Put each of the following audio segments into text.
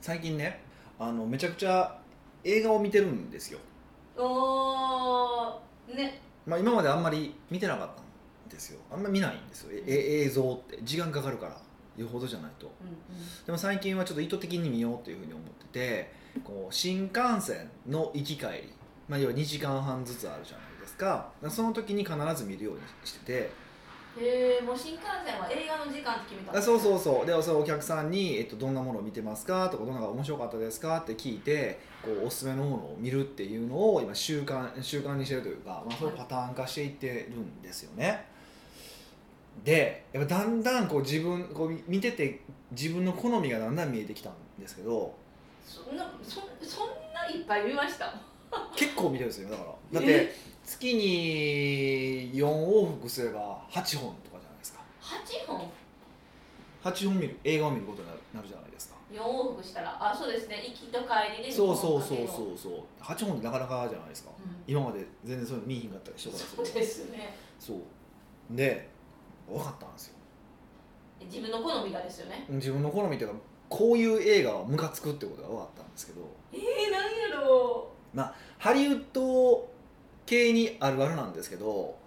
最近ねめちゃくちゃ映画を見てるんですよ。 おーね。 今まであんまり見てなかったんですよ。あんまり見ないんですよ。映像って時間かかるからよほどじゃないと、でも最近はちょっと意図的に見ようというふうに思ってて、こう新幹線の行き帰り、要は2時間半ずつあるじゃないですか。その時に必ず見るようにしてて、 もう新幹線は映画の時間って決めたんですそうそうそう。でそのお客さんに、どんなものを見てますかとか、どんなのが面白かったですかって聞いて、こうおすすめのものを見るっていうのを今習慣にしてるというか、それをパターン化していってるんですよね。でやっぱだんだんこう自分こう見てて自分の好みがだんだん見えてきたんですけど、 そんないっぱい見ました。 結構見てるんですよ。だからだって月に4往復すれば8本とかじゃないですか。 8本 8本映画を見ることになるじゃないですか。 4往復したら、そうですね、行きと帰りでそう8本ってなかなかじゃないですか、今まで全然そういうの見えひんかったりしてからそうですね。 そうで分かったんですよ。 自分の好みがですよね。 自分の好みっていうか、こういう映画はムカつくってことが分かったんですけど、 何やろハリウッド系にあるあるなんですけど、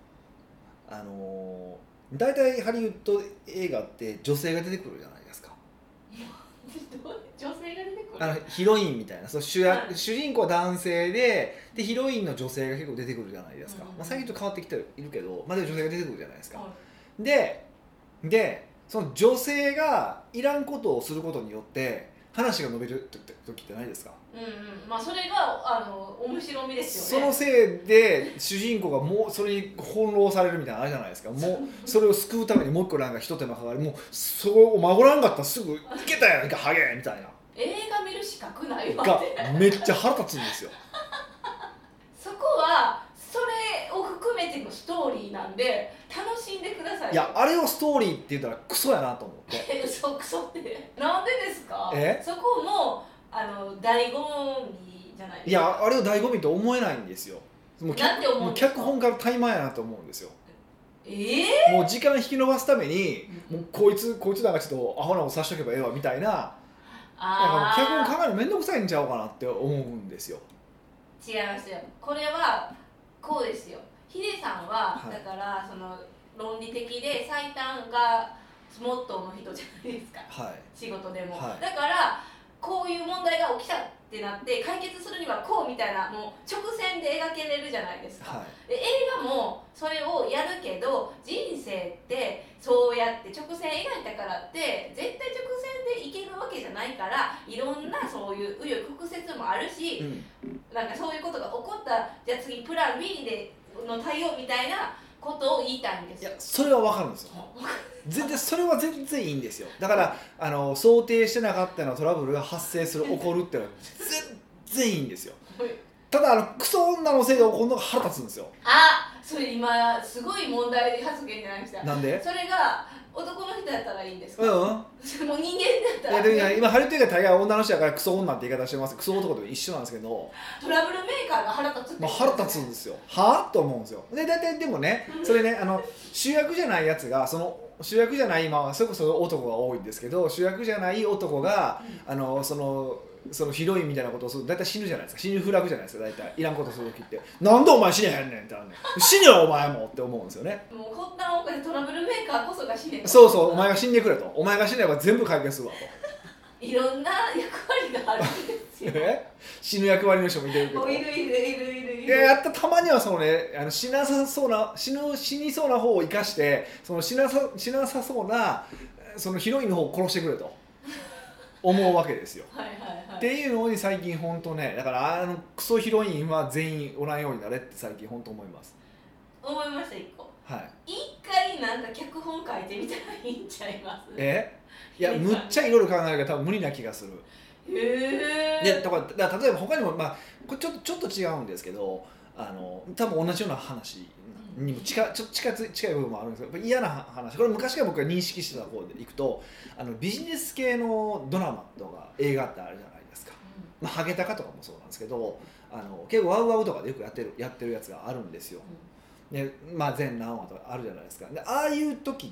大体ハリウッド映画って女性が出てくるじゃないですか。 女性が出てくる、 ヒロインみたいな、主人公は男性でヒロインの女性が結構出てくるじゃないですか。最近ちょっと変わってきているけど、でも女性が出てくるじゃないですか。でその女性がいらんことをすることによって話が伸びる時ってないですか。 それが面白みですよね。 そのせいで主人公がもうそれに翻弄されるみたいなのあるじゃないですか。もうそれを救うためにもう一個なんか一手間かかる、もうそれを守らんかったらすぐ行けたやんかハゲみたいな映画見る資格ないわがってめっちゃ腹立つんですよ。 そこはそれを含めてのストーリーなんで楽しんでください。 いや、あれをストーリーって言ったらクソやなと思ってクソってなんでですか。そこも醍醐味じゃないですか。 いや、あれを醍醐味と思えないんですよ。もう脚本から怠慢やなと思うんですよ。もう時間引き延ばすために、もうこいつなんかちょっとアホなことさしとけばええわみたいな、なんか脚本考えるのめんどくさいんちゃうかなって思うんですよ。 違いますよ。これはこうですよ。ヒデさんは、だからその論理的で最短がモットーの人じゃないですか、仕事でも、だからこういう問題が起きたってなって解決するにはこうみたいな、もう直線で描けれるじゃないですか、で映画もそれをやるけど、人生ってそうやって直線描いたからって絶対直線でいけるわけじゃないから、いろんなそういう紆余曲折もあるし、なんかそういうことが起こった、じゃあ次プラン B での対応みたいなことを言いたいんですよ。 いや、それは分かるんですよそれは全然いいんですよ。だから想定してなかったようなトラブルが発生する起こるっていうのは全然いいんですよただクソ女のせいで起こるのが腹立つんですよ。 それ今すごい問題発言じゃないですか。 なんでそれが男の人やったらいいんですか。もう人間だったら。 いや今ハリウッド映画大概女の人やからクソ女って言い方してます。クソ男と一緒なんですけど、 トラブルメーカーが腹立つって、 腹立つんですよ。はぁと思うんですよ。で大体でもね、それね主役じゃないやつが、主役じゃない、それこそ男が多いんですけど、主役じゃない男がそのヒロインみたいなことをすると大体死ぬじゃないですか。死ぬフラグじゃないですか。大体いらんことするときってなんでお前死ねへんねんって死ねよお前もって思うんですよね。 もう発端を起こしてトラブルメーカーこそが死ねと。 そうお前が死んでくれと、お前が死ねば全部解決するわといろんな役割があるんですよ死ぬ役割の人もいてるけど、 いるやったたまにはそのね、死にそうな方を生かして、その死なさそうなそのヒロインの方を殺してくれと思うわけですよっていうのに最近本当ね、だからクソヒロインは全員おらんようになれって最近本当思います。 思いました。一回なんか脚本書いてみたらいいんちゃいます。 いや、むっちゃいろいろ考えるから多分無理な気がする。でだから例えば他にもこれちょっと違うんですけど、多分同じような話にも近い部分もあるんですけど、やっぱ嫌な話、これ昔から僕が認識してた方でいくと、ビジネス系のドラマとか映画ってあるじゃないですか。ハゲタカとかもそうなんですけど、結構ワウワウとかでよくやってるやつがあるんですよ。で全何話とかあるじゃないですか。でああいう時っ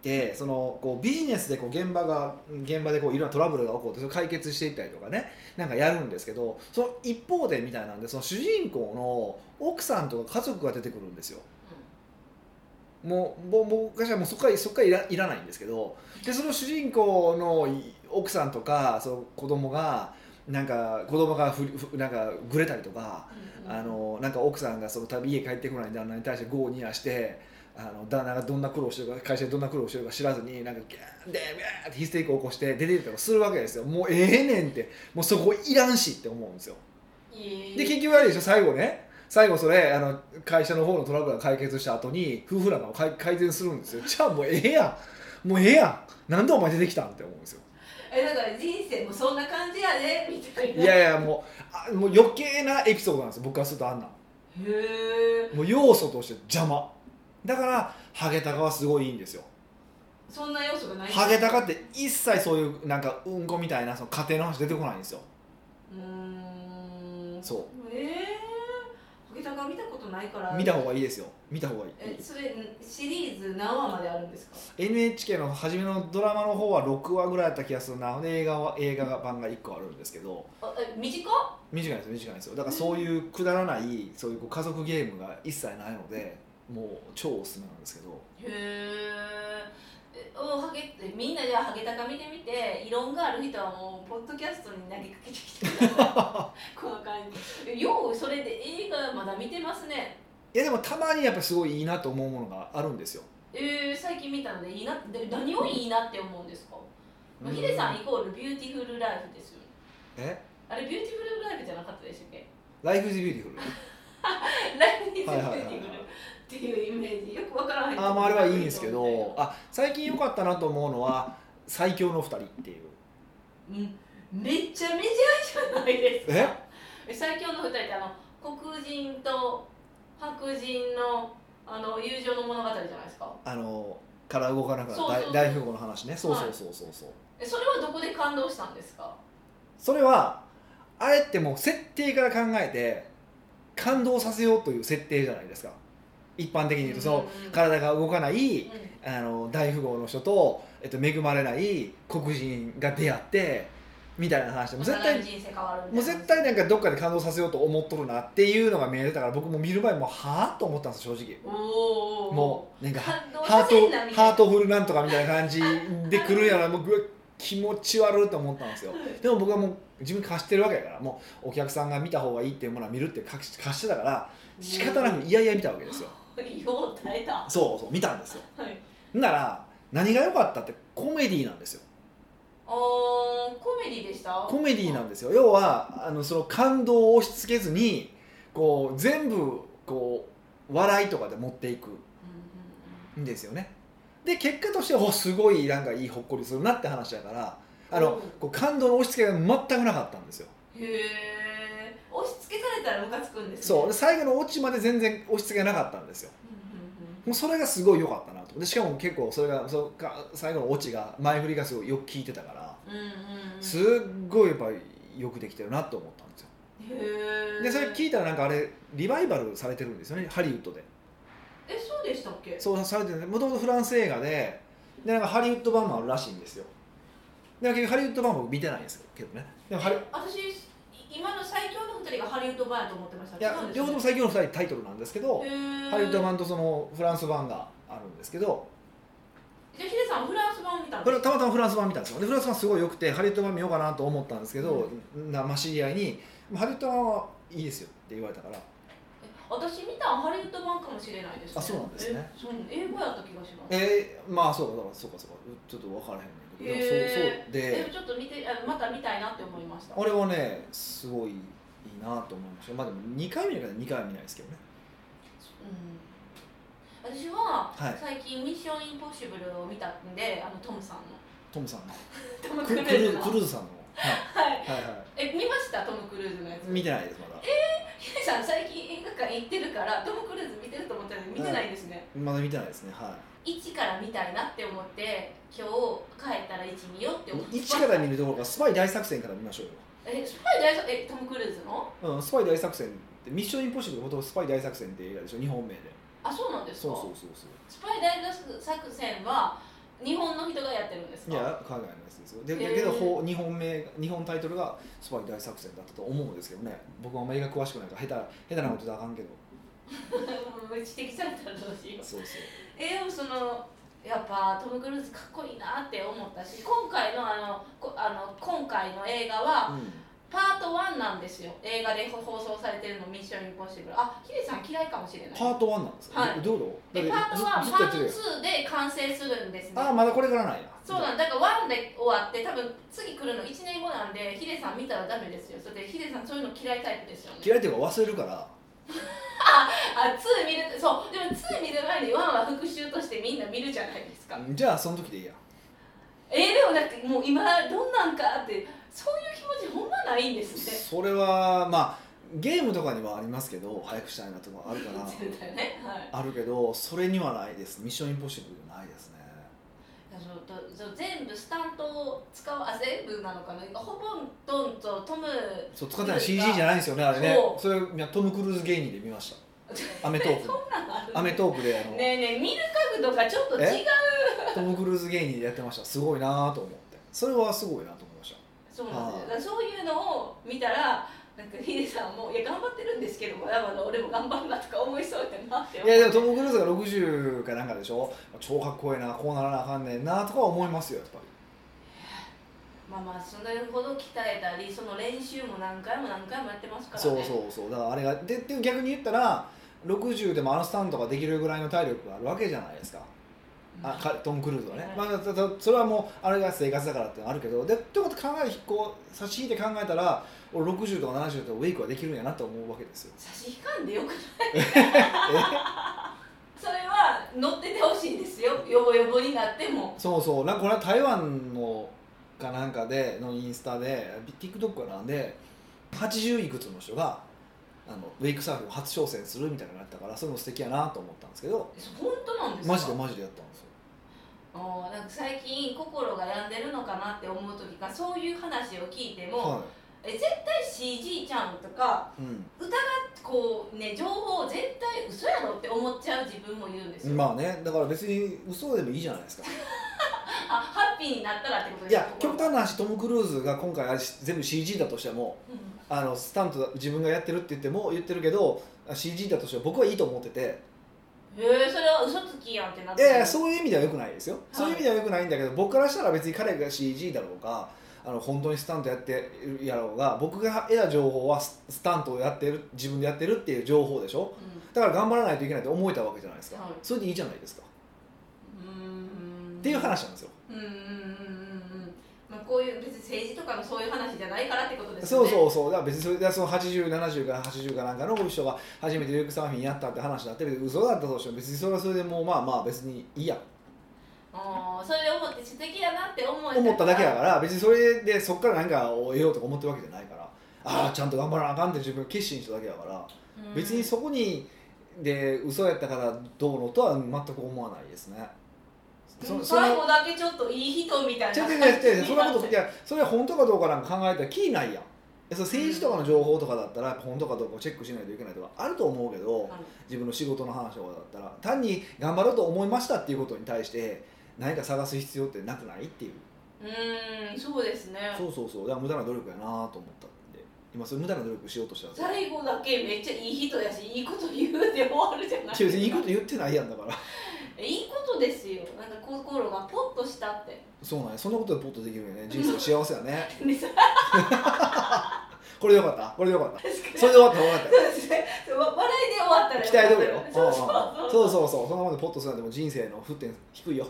てこうビジネスでこう現場でこういろんなトラブルが起こってそれ解決していったりとかねなんかやるんですけどその一方でみたいなんでその主人公の奥さんとか家族が出てくるんですよ。もう昔はもうそこからいらないんですけどでその主人公の奥さんとかその子供がなんかなんかぐれたりとか、なんか奥さんが多分家帰ってこない旦那に対してゴーニヤして旦那がどんな苦労してるか会社でどんな苦労してるか知らずになんかギャーンでビャーってヒステリックを起こして出てったりとかするわけですよ。もうええねんってもうそこいらんしって思うんですよ。で結局あれでしょ最後それ会社の方のトラブルが解決した後に夫婦仲を改善するんですよ。じゃあもうええやんなんでお前出てきたんって思うんですよ。 だから人生もそんな感じやでみたいな。 いやいやもう余計なエピソードなんですよ僕からするとあんな。 へえ。 もう要素として邪魔だからハゲタカはすごいいいんですよ。 そんな要素がない。 ハゲタカって一切そういうなんかうんこみたいなその家庭の話出てこないんですよ。そう。 ハゲタカ見たことないから見た方がいいですよ。見た方がいい。 それシリーズ何話まであるんですか？ NHK の初めのドラマの方は6話ぐらいだった気がするな。映画版が1個あるんですけど短いですよ。だからそういうくだらないそういう家族ゲームが一切ないのでもう超おすすめなんですけど。 へえ。みんなじゃあハゲタカ見てみて異論がある人はもうポッドキャストに投げかけてきてくださいこの感じようそれで映画まだ見てますね。 いやでもたまにやっぱすごいいいなと思うものがあるんですよ。 最近見たのでいいなって何をいいなって思うんですか？ヒデさんイコールビューティフルライフですよ。あれビューティフルライフじゃなかったでしたっけ？ ライフイズビューティフルライフイズビューティフルっていうイメージよくわからない。 あれはいいんですけど最近良かったなと思うのは最強の2人っていう、 めっちゃメジャーじゃないですか。最強の2人って黒人と白人の友情の物語じゃないですか。 体動かなくなった大富豪の話ね。そう。 それはどこで感動したんですか？ それはあれってもう設定から考えて感動させようという設定じゃないですか。一般的に言うと体が動かない大富豪の人と、恵まれない黒人が出会ってみたいな話でもう絶対なんかどっかで感動させようと思っとるなっていうのが見えてたから僕も見る前もはぁと思ったんです正直。もうなんかハートフルなんとかみたいな感じで来るんやらもう気持ち悪いと思ったんですよ。でも僕はもう自分貸してるわけだからもうお客さんが見た方がいいっていうものは見るって貸してたから仕方なくいやいや見たわけですよ。 よう耐えた。 そう見たんですよ。なら何が良かったってコメディなんですよ。 コメディでした？ コメディなんですよ。要はその感動を押し付けずにこう全部こう笑いとかで持っていくんですよね。で結果としてはすごいなんかいいほっこりするなって話だからこう感動の押し付けが全くなかったんですよ。 へえ。押し付けされたらムカつくんですね。 そうで最後のオチまで全然押し付けなかったんですよ。もうそれがすごい良かったなと。でしかも結構それが最後のオチが前振りがすごいよく効いてたからすっごいやっぱりよくできてるなと思ったんですよ。 へえ。 でそれ聞いたらなんかあれリバイバルされてるんですよねハリウッドで。 そうでしたっけ？ そうされてるね。もともとフランス映画でなんかハリウッド版もあるらしいんですよ。で結局ハリウッド版も見てないんですけどね。でも私今の最強の2人がハリウッド版やと思ってました。 いや両方とも最強の2人タイトルなんですけどハリウッド版とそのフランス版があるんですけど。 じゃあヒデさんフランス版見たんですか？ たまたまフランス版見たんですよ。でフランス版すごい良くてハリウッド版見ようかなと思ったんですけど、知り合いにハリウッド版はいいですよって言われたから。 私見たハリウッド版かもしれないですね。 そうなんですね。 英語やった気がします。 まあそうかちょっと分からへんねんけど、そうでちょっとまた見たいなって思いました。 俺はねすごいいいなと思いました。まあでも2回見るから2回は見ないですけどね。 私は最近ミッションインポッシブルを見たんでトムさんのトムクルーズさんの見ましたトム・クルーズのやつ？見てないですまだ。 ヒデさん最近映画館行ってるからトム・クルーズ見てると思ったのに見てないですね。 まだ見てないですね。 1から見たいなって思って今日帰ったら1見ようって思って 1から見るところからスパイ大作戦から見ましょうよ。 スパイ大作戦トム・クルーズの？ スパイ大作戦ってミッションインポッシブルのことをスパイ大作戦って映画でしょ日本名で。 そうなんですか？ そう。 スパイ大作戦は日本の人がやってるんですか？ いや海外のやつですよ。でけど日本タイトルがスパイ大作戦だったと思うんですけどね。僕はあんまり映画詳しくないから下手なことであかんけど指摘されたらどうしよう。 そうでもそのやっぱトム・クルーズかっこいいなって思ったし、今回の今回の映画は、パート1なんですよ。映画で放送されてるのミッションインポッシブル。ヒデさん嫌いかもしれない。 パート1なんですか？ はい。 どういうこと？ でパート1、パート2で完成するんですね。 まだこれからなんや。 そうなんだから1で終わって多分次来るの1年後なんで、ヒデさん見たらダメですよ。それでヒデさんそういうの嫌いタイプですよね。 嫌いっていうか忘れるから。 2見るってそうでも2見る前に1は復習としてみんな見るじゃないですか。 じゃあその時でいいや。 でもなんかもう今どんなんかってそういう気持ちほんまないんですって。 それはまあゲームとかにはありますけど、早くしたいなとかあるからね、はい、 あるけどそれにはないです。ミッションインポッシブルじゃないですね。 全部スタントを使う全部なのかな。ほぼトンとトムそう使ってない CG じゃないんですよねあれね。それトム・クルーズ芸人で見ました。アメトークアメトークでねえねえ見る角度がちょっと違う。 トム・クルーズ芸人でやってました。すごいなと思って、それはすごいなと思いました。 そうなんですよ。そういうのを見たらなんかヒデさんもいや頑張ってるんですけどまだまだ俺も頑張るなとか思いそうだなって思って。 いやでもトム・クルーズが60かなんかでしょ。超かっこいいな、こうならなあかんねんなとか思いますよやっぱり。 まあそれほど鍛えたりその練習も何回もやってますからね。 そうだからあれがで逆に言ったら60でもスタントができるぐらいの体力があるわけじゃないですか。トム・クルーズはね、それはもうあれが生活だからってのあるけど、でってこと差し引いて考えたら俺60とか70とかウェイクはできるんやなと思うわけですよ。 差し引かんでよくないそれは乗っててほしいんですよ。ヨボヨボになっても。 そうなんかこれは台湾のかなんかでのインスタで TikTok かなんで80いくつの人がウェイクサーフィンを初挑戦するみたいなのがあったから、それも素敵やなと思ったんですけど。 本当なんですか？ マジでやったんですよ。 なんか最近心が病んでるのかなって思う時がそういう話を聞いても、絶対 CG ちゃんとか、疑ってこうね情報絶対嘘やろって思っちゃう自分もいるんですよ。 まあね、だから別に嘘でもいいじゃないですかハッピーになったらってことですか？ いや極端な話、トム・クルーズが今回全部 CG だとしても、スタント自分がやってるって言ってるけど CG だとしても僕はいいと思ってて。 それは嘘つきやんってなって。 いやそういう意味ではよくないですよ、そういう意味ではよくないんだけど、僕からしたら別に彼が CG だろうが本当にスタントやってるやろうが、僕が得た情報はスタントをやってる、自分でやってるっていう情報でしょ、だから頑張らないといけないって思えたわけじゃないですか、それでいいじゃないですかっていう話なんですよ。 こういう別に政治とかのそういう話じゃないからってことですよね。 そうだから別にそれでその80、70から80かなんかの人が初めてウェイクサーフィンやったって話になってるけど、嘘だったとしても別にそれはそれでもうまあ別にいいやん。 それで思って素敵やなって思っただけだから、別にそれでそっから何かを得ようとか思ってるわけじゃないから、ちゃんと頑張らなあかんって自分決心しただけだから、別にそこにで嘘やったからどうのとは全く思わないですね。 最後だけちょっといい人みたいな。 そんなこと、いやそれは本当かどうかなんか考えたら気ないやん。政治とかの情報とかだったら本当かどうかチェックしないといけないとかあると思うけど、自分の仕事の話とかだったら単に頑張ろうと思いましたっていうことに対して何か探す必要ってなくないっていう。 そうですね。 そうだから無駄な努力やなと思ったんで、今それ無駄な努力しようとしたら最後だけめっちゃいい人やしいいこと言うで終わるじゃないですか。 いいこと言ってないやんだからいいことですよ。なんか心がポッとしたって。 そうなんや、そんなことでポッとできるよね。人生幸せやねこれでよかった。それで終わった。 そうですね。笑いで終わったら期待通りよ。そうそんなもんでポッとするなんても人生の沸点低いよ。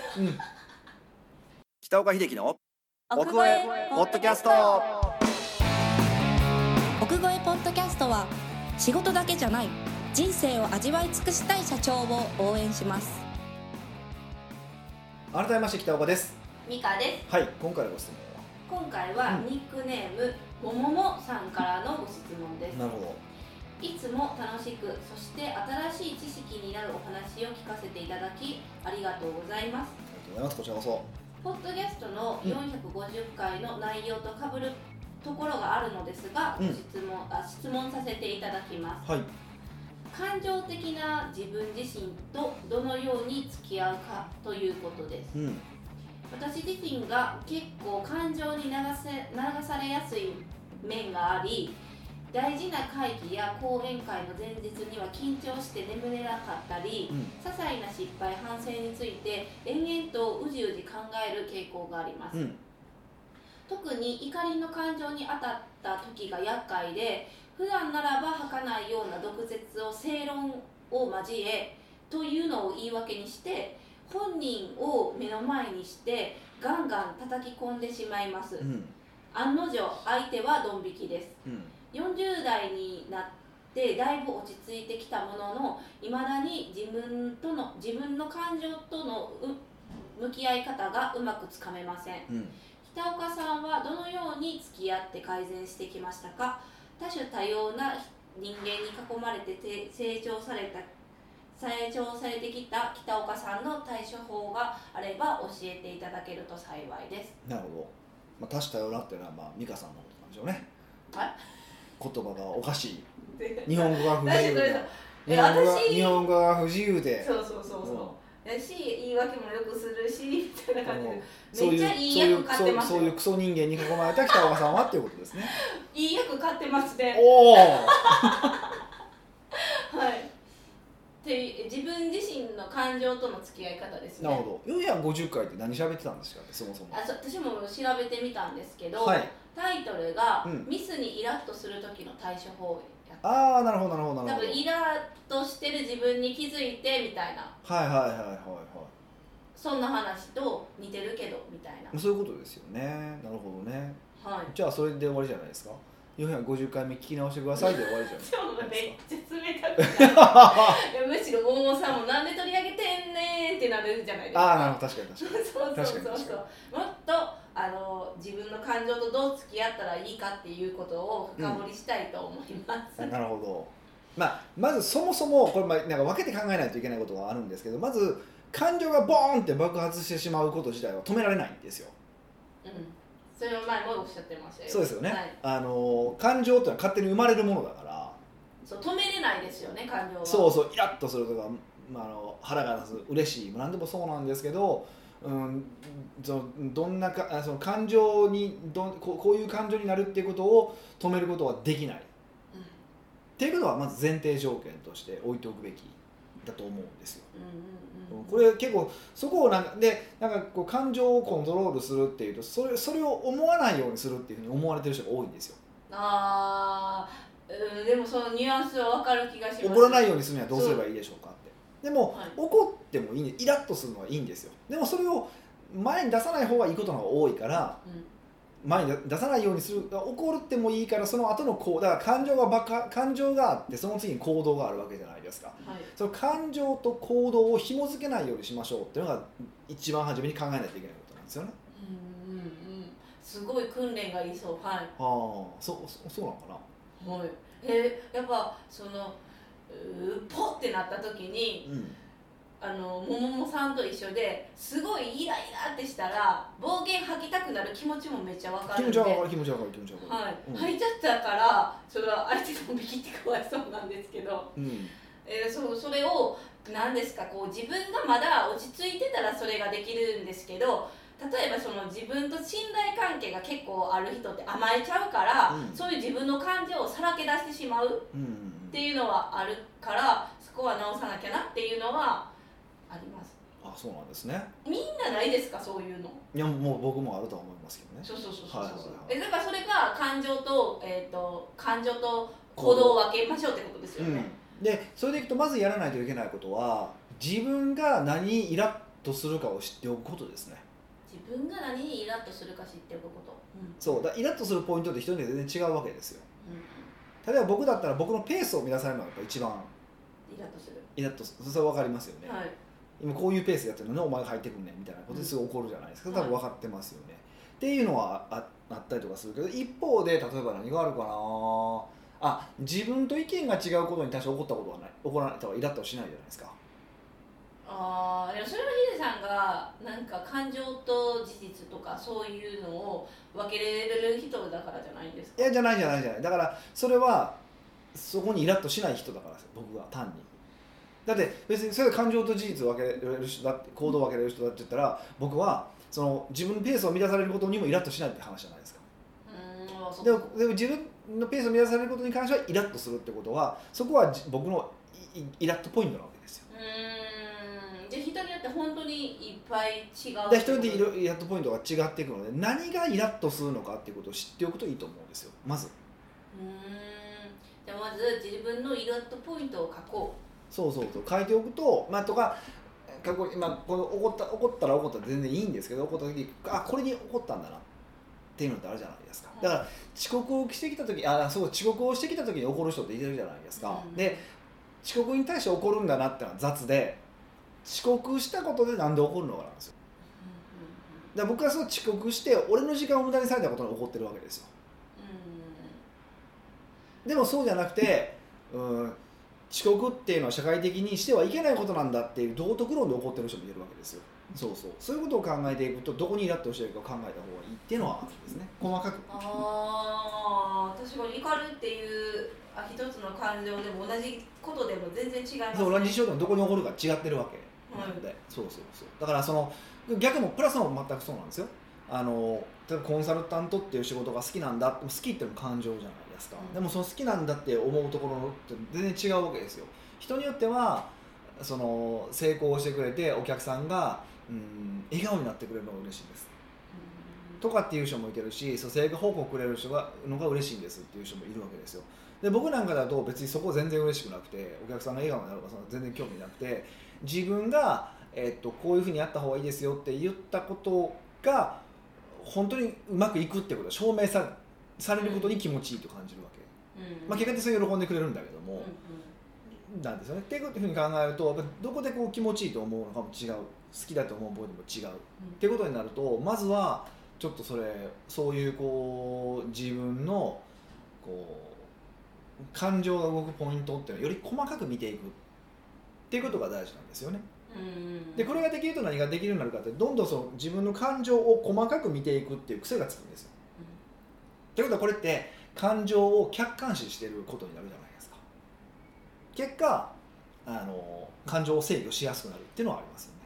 北岡秀樹の奥越えポッドキャスト。 奥越えポッドキャストは仕事だけじゃない人生を味わい尽くしたい社長を応援します。 改めまして北岡です。 ミカです。 はい、今回のご質問は今回はニックネームもももさんからのご質問です。 なるほど。 いつも楽しくそして新しい知識になるお話を聞かせていただきありがとうございます。 ありがとうございます。こちらこそ。 ポッドキャストの450回の内容と被るところがあるのですが、質問させていただきます。 はい。 感情的な自分自身とどのように付き合うかということです、私自身が結構感情に流されやすい面があり、大事な会議や講演会の前日には緊張して眠れなかったり、些細な失敗反省について延々とうじうじ考える傾向があります、特に怒りの感情に当たった時が厄介で、普段ならば吐かないような毒舌を正論を交えというのを言い訳にして本人を目の前にしてガンガン叩き込んでしまいます、案の定相手はドン引きです、40代になってだいぶ落ち着いてきたものの、いまだに自分の感情との向き合い方がうまくつかめません、北岡さんはどのように付き合って改善してきましたか？多種多様な人間に囲まれて成長されてきた北岡さんの対処法があれば教えていただけると幸いです。 なるほど、多種多様なっていうのは美香さんのことなんでしょうね。言葉がおかしい、日本語が不自由で日本語が不自由で、 そうやし言い訳もよくするしみたいな感じで、めっちゃいい役買ってますよ。 そういうクソ人間に囲まれた北岡さんはっていうことですね。 いい役買ってますね。 おおはいで、自分自身の感情との付き合い方ですね。 なるほど。450回って何喋ってたんですか、そもそも。 私も調べてみたんですけど、タイトルが、ミスにイラッとする時の対処法やった。 なるほどなるほど。 多分イラッとしてる自分に気づいてみたいな。そんな話と似てるけどみたいな。 そういうことですよね。なるほどね。じゃあそれで終わりじゃないですか。450回目聞き直してくださいで終わりじゃないですか。 めっちゃ冷たくむしろ桃さんもなんで取り上げてんねんってなるじゃないですか。 なるほど、確かにそうもっと自分の感情とどう付き合ったらいいかっていうことを深掘りしたいと思います、 なるほど。まずそもそもこれなんか分けて考えないといけないことがあるんですけど、まず感情がボーンって爆発してしまうこと自体は止められないんですよ。 それを前もおっしゃってましたよ。 そうですよね、感情ってのは勝手に生まれるものだから、 止めれないですよね、感情は。 イラッとするとか、腹が立つ、嬉しい、何でもそうなんですけど、どんなかその感情にこういう感情になるっていうことを止めることはできない、っていうことはまず前提条件として置いておくべきだと思うんですよ。これ結構そこをなんかこう感情をコントロールするっていうと、それを思わないようにするっていうふうに思われてる人が多いんですよ。 でもそのニュアンスは分かる気がします。 怒らないようにするにはどうすればいいでしょうかって。でも、怒ってもいいんで、イラッとするのはいいんですよ。でもそれを前に出さない方がいいことの方が多いから、前に出さないようにする。怒るってもいいから、その後のだから感情があって、その次に行動があるわけじゃないですか、その感情と行動を紐付けないようにしましょうっていうのが一番初めに考えないといけないことなんですよね。 すごい訓練がいいそう。 そうなのかな。 やっぱそのポッってなった時に、ももさんと一緒ですごいイライラってしたら暴言吐きたくなる気持ちもめっちゃ分かるんで、 気持ち分かる吐いちゃったからそれは相手のびきってかわいそうなんですけど、それを何ですか、こう自分がまだ落ち着いてたらそれができるんですけど、例えばその自分と信頼関係が結構ある人って甘えちゃうから、そういう自分の感情をさらけ出してしまうっていうのはあるから、そこは直さなきゃなっていうのはあります。 そうなんですね。 みんなないですか、そういうの。 いや、もう僕もあるとは思いますけどね。 だからそれが感情と行動を分けましょうってことですよね。 でそれでいくと、まずやらないといけないことは、自分が何にイラッとするかを知っておくことですね。 自分が何にイラッとするか知っておくこと、 そうだ、イラッとするポイントって人によって全然違うわけですよ。例えば僕だったら、僕のペースを乱されるのがやっぱ一番イラッとする。 それは分かりますよね。今こういうペースでやってるのにお前が入ってくんねんみたいなことですぐ起こるじゃないですか。多分分かってますよね。っていうのはあったりとかするけど、一方で例えば何があるかな、自分と意見が違うことに対して怒ったことはない、怒らないとかイラッとはしないじゃないですか。 でもそれはヒデさんがなんか感情と事実とかそういうのを分けれる人だからじゃないんですか。 いや、じゃない。だからそれはそこにイラッとしない人だからですよ、僕は単に。だって別にそれは感情と事実を分けれる人だって、行動を分けれる人だって言ったら、僕はその自分のペースを乱されることにもイラッとしないって話じゃないですか。でも自分のペースを乱されることに関してはイラッとするってことは、そこは僕のイラッとポイントなわけですよ。 じゃあ人によって本当にいっぱい違う。 で人によってイラッとポイントが違っていくので、何がイラッとするのかっていうことを知っておくといいと思うんですよ、まず。 じゃあまず自分のイラッとポイントを書こう。 そう書いておくと、とか今この怒ったら全然いいんですけど、怒った時にこれに怒ったんだなっていうのってあるじゃないですか。だから遅刻をしてきた時遅刻をしてきた時に怒る人っているじゃないですか。で遅刻に対して怒るんだなってのは雑で、遅刻したことでなんで怒るのかなんですよ。だから僕はその遅刻して俺の時間を無駄にされたことに怒ってるわけですよ。でもそうじゃなくて、遅刻っていうのは社会的にしてはいけないことなんだっていう道徳論で怒ってる人もいるわけですよ。そういうことを考えていくと、どこにイラッとしてるかを考えた方がいいっていうのはあるんですね、細かく。 確かに怒るっていう一つの感情でも同じことでも全然違いますね。 同じ事象でもどこに起こるか違ってるわけなので、だからその逆もプラスも全くそうなんですよ。例えばコンサルタントっていう仕事が好きなんだ、好きっていうのは感情じゃないですか。でもその好きなんだって思うところって全然違うわけですよ。人によってはその成功してくれてお客さんが笑顔になってくれるのが嬉しいですとかっていう人もいてるし、成果報告くれる人が嬉しいんですっていう人もいるわけですよ。で僕なんかだと別にそこ全然嬉しくなくて、お客さんが笑顔になるか全然興味なくて、自分が、こういうふうにやった方がいいですよって言ったことが本当にうまくいくってことが証明されることに気持ちいいと感じるわけ、結果的にそれ喜んでくれるんだけども、なんですよね。っていうふうに考えると、どこでこう気持ちいいと思うのかも違う、好きだと思う部分も違う、っていうことになると、まずはちょっとそういうこう自分のこう感情が動くポイントっていうのをより細かく見ていくっていうことが大事なんですよね。でこれができると何ができるようになるかって、どんどんその自分の感情を細かく見ていくっていう癖がつくんですよ。ということはこれって感情を客観視していることになるじゃないですか。結果感情を制御しやすくなるっていうのはありますよね。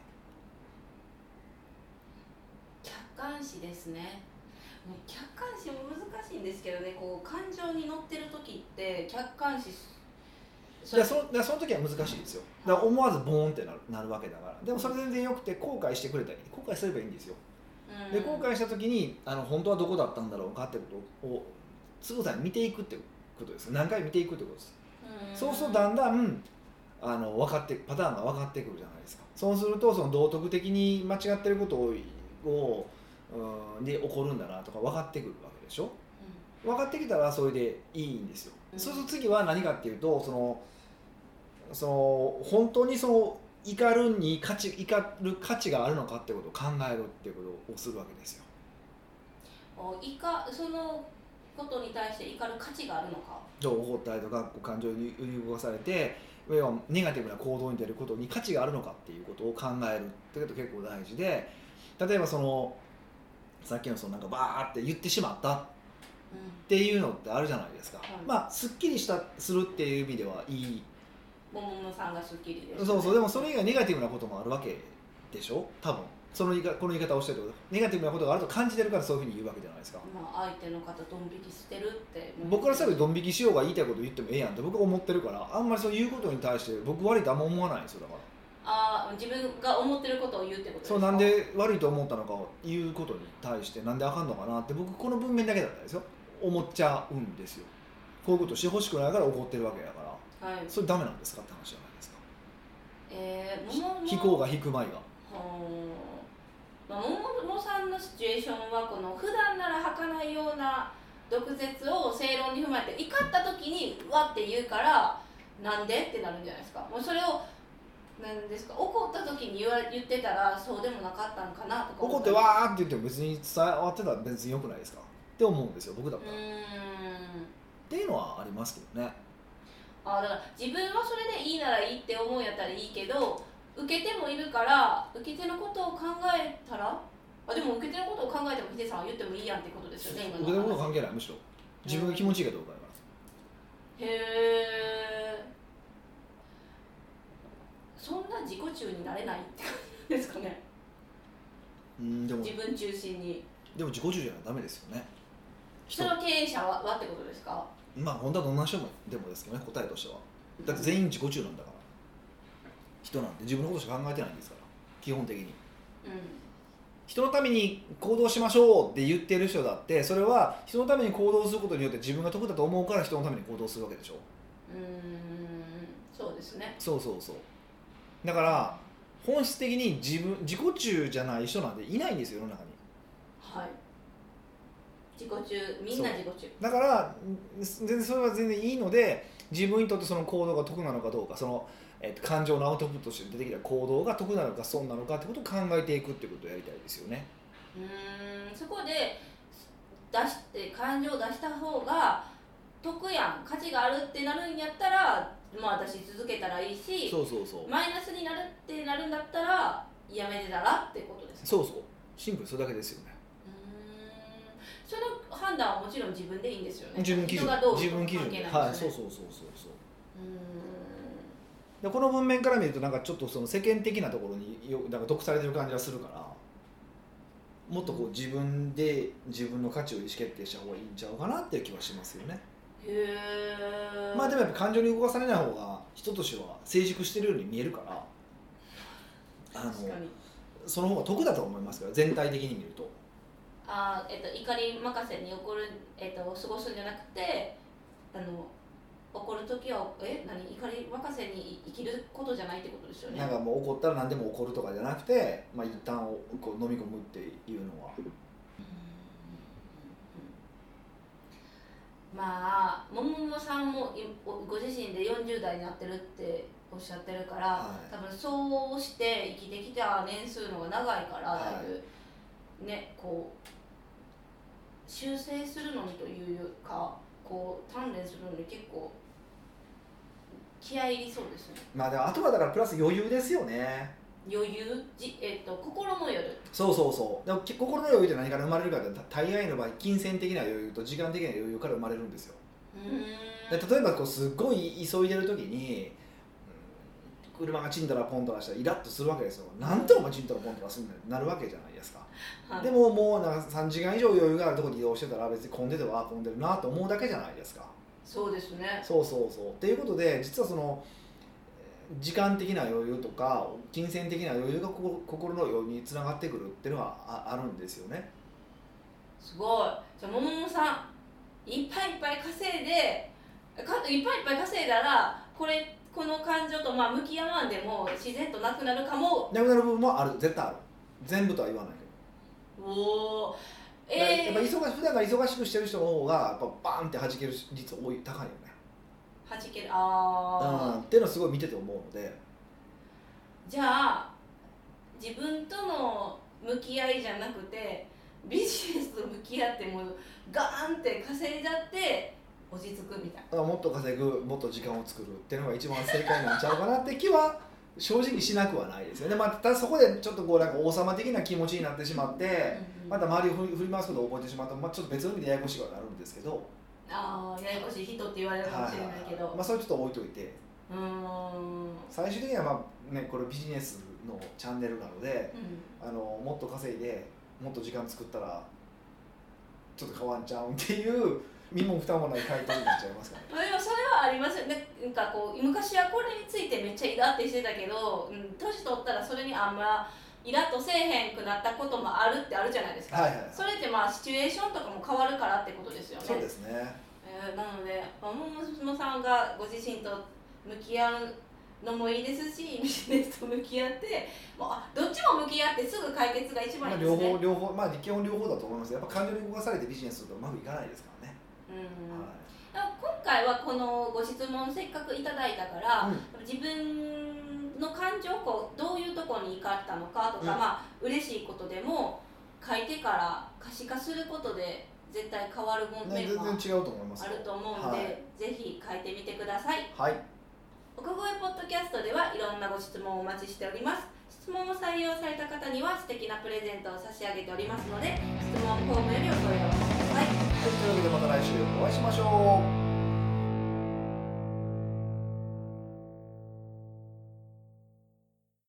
客観視ですね。客観視も難しいんですけどね、こう感情に乗ってる時って客観視その時は難しいですよ。だから思わずボーンってなるわけだから。でもそれ全然よくて、後悔してくれたり後悔すればいいんですよ。で後悔した時に本当はどこだったんだろうかってことをつぶさに見ていくってことです。何回見ていくってことです。そうするとだんだんパターンが分かってくるじゃないですか。そうするとその道徳的に間違ってることで起こるんだなとか分かってくるわけでしょ。分かってきたらそれでいいんですよ。そうすると次は何かっていうと、本当に怒る価値があるのかってことを考えるっていうことをするわけですよ。 そのことに対して怒る価値があるのか。 怒ったりとか感情に揺り動かされてネガティブな行動に出ることに価値があるのかっていうことを考えるってことが結構大事で、例えばさっきのなんかバーって言ってしまったっていうのってあるじゃないですか。すっきりするっていう意味ではいい。 もものさんがすっきりです、ね。 でもそれ以外ネガティブなこともあるわけでしょ。多分この言い方をしてるとネガティブなことがあると感じてるからそういうふうに言うわけじゃないですか。 相手の方ドン引きしてるって僕からしたらドン引きしようが言いたいこと言ってもええやんって僕は思ってるから、あんまりそういうことに対して僕悪いとあんま思わないんですよ。だから自分が思ってることを言うってことですか。 なんで悪いと思ったのかを言うことに対してなんであかんのかなって僕この文面だけだったんですよ。思っちゃうんですよ。こういうことしてほしくないから怒ってるわけだから、それダメなんですかって話じゃないですか。引こうが引くまいが。 ももさんのシチュエーションはこの普段なら吐かないような毒舌を正論に踏まえて怒った時にうわって言うからなんでってなるんじゃないですか。もうそれをなんですか、怒った時に言ってたらそうでもなかったんかなとか。 怒ってわーって言っても別に伝わってたら別に良くないですかって思うんですよ、僕だったら。っていうのはありますけどね。 だから自分はそれでいいならいいって思うんやったらいいけど、受け手もいるから受け手のことを考えたらでも受け手のことを考えてもヒデさんは言ってもいいやんってことですよね。 受け手のこと関係ない、むしろ自分が気持ちいいかどうかだかへえ。そんな自己中になれないって感じですかね。でも自分中心に。 でも自己中じゃダメですよね。 人の経営者はってことですか。 まあ本当はどんな人でもですけどね、答えとしては。だって全員自己中なんだから。人なんて自分のことしか考えてないんですから、基本的に。人のために行動しましょうって言ってる人だって、それは人のために行動することによって自分が得だと思うから人のために行動するわけでしょ。 そうですね。 そうそうそう。だから本質的に自己中じゃない人なんていないんですよ、世の中に。 はい。自己中、みんな自己中。 だから全然それは全然いいので、自分にとってその行動が得なのかどうか、その感情のアウトプットとして出てきた行動が得なのか損なのかってことを考えていくってことをやりたいですよね。 そこで出して感情を出した方が得やん、価値があるってなるんやったら、まあ出し続けたらいいし、 そうそうそう、 マイナスになるってなるんだったらやめてたらってことですか。 そうそう、シンプルそれだけですよね。 その判断はもちろん自分でいいんですよね。 自分基準、自分基準で、はい、そうそうそうそうそう。でこの文面から見るとなんかちょっとその世間的なところになんか毒されてる感じがするから、もっとこう自分で自分の価値を意思決定した方がいいんちゃうかなっていう気はしますよね。 へえ。 まあでもやっぱ感情に動かされない方が人としては成熟してるように見えるから、 確かにその方が得だと思いますから、全体的に見ると。 怒り任せに怒る、過ごすんじゃなくて、怒るときは怒り任せに生きることじゃないってことですよね。 なんかもう怒ったら何でも怒るとかじゃなくて、まあ一旦こう飲み込むっていうのは。 まあもももさんもご自身で40代になってるっておっしゃってるから、はい、多分そうして生きてきた年数のが長いから、だいぶね、こう修正するのにというか、こう鍛錬するのに結構気合い入りそうですね。 まあでもあとはだからプラス余裕ですよね。 余裕、心の余裕。 そうそうそう。でも心の余裕って何から生まれるかって、大概の場合金銭的な余裕と時間的な余裕から生まれるんですよ。で例えばこうすっごい急いでる時に、車がチンタラポンと出したらイラッとするわけですよ。なんでお前チンタラポンと出すんだよってなるわけじゃないですか。はい、でももうなんか3時間以上余裕があるところに移動してたら別に混んでては混んでるなと思うだけじゃないですか。 そうですね。 そうそうそう。っていうことで実はその時間的な余裕とか金銭的な余裕が心の余裕につながってくるっていうのはあるんですよね。 すごい。じゃあもももさんいっぱいいっぱい稼いでいっぱいいっぱい稼いだらこの感情と向き合わんでも自然となくなるかも。 なくなる部分もある、絶対ある。全部とは言わないけど。 おお。 やっぱ普段から忙しくしてる人の方がやっぱバーンって弾ける率高いよね。 弾ける。っていうのはすごい見てて思うので。 じゃあ自分との向き合いじゃなくてビジネスと向き合ってもガーンって稼いじゃって落ち着くみたいな。 もっと稼ぐ、もっと時間を作るっていうのが一番正解なんちゃうかなって気は正直しなくはないですよね。ただそこでちょっとこうなんか王様的な気持ちになってしまって、また周りを振り回すことを覚えてしまうと、ちょっと別の意味でややこしくはなるんですけど。 ややこしい人って言われるかもしれないけど、 それちょっと置いといて、最終的にはこれビジネスのチャンネルなので、もっと稼いでもっと時間作ったらちょっと変わんちゃうんっていう身も蓋もない回答になっちゃいますからね。 でもそれはありますよね。なんかこう昔はこれについてめっちゃイラってしてたけど、年取ったらそれにあんまイラッとせえへんくなったこともあるってあるじゃないですか。それってシチュエーションとかも変わるからってことですよね。 そうですね。 なのでももさんがご自身と向き合うのもいいですし、ビジネスと向き合ってどっちも向き合ってすぐ解決が一番いいですね。 両方基本両方だと思います。やっぱ感情に動かされてビジネスとうまくいかないですからね。 今回はこのご質問せっかくいただいたから、自分の感情をどういうところに怒ったのかとか、嬉しいことでも書いてから可視化することで絶対変わる面もあると思うので、ぜひ書いてみてください。 はい。 奥越ポッドキャストではいろんなご質問をお待ちしております。質問を採用された方には素敵なプレゼントを差し上げておりますので、質問フォームよりお問い合わせください。 というわけでまた来週お会いしましょう。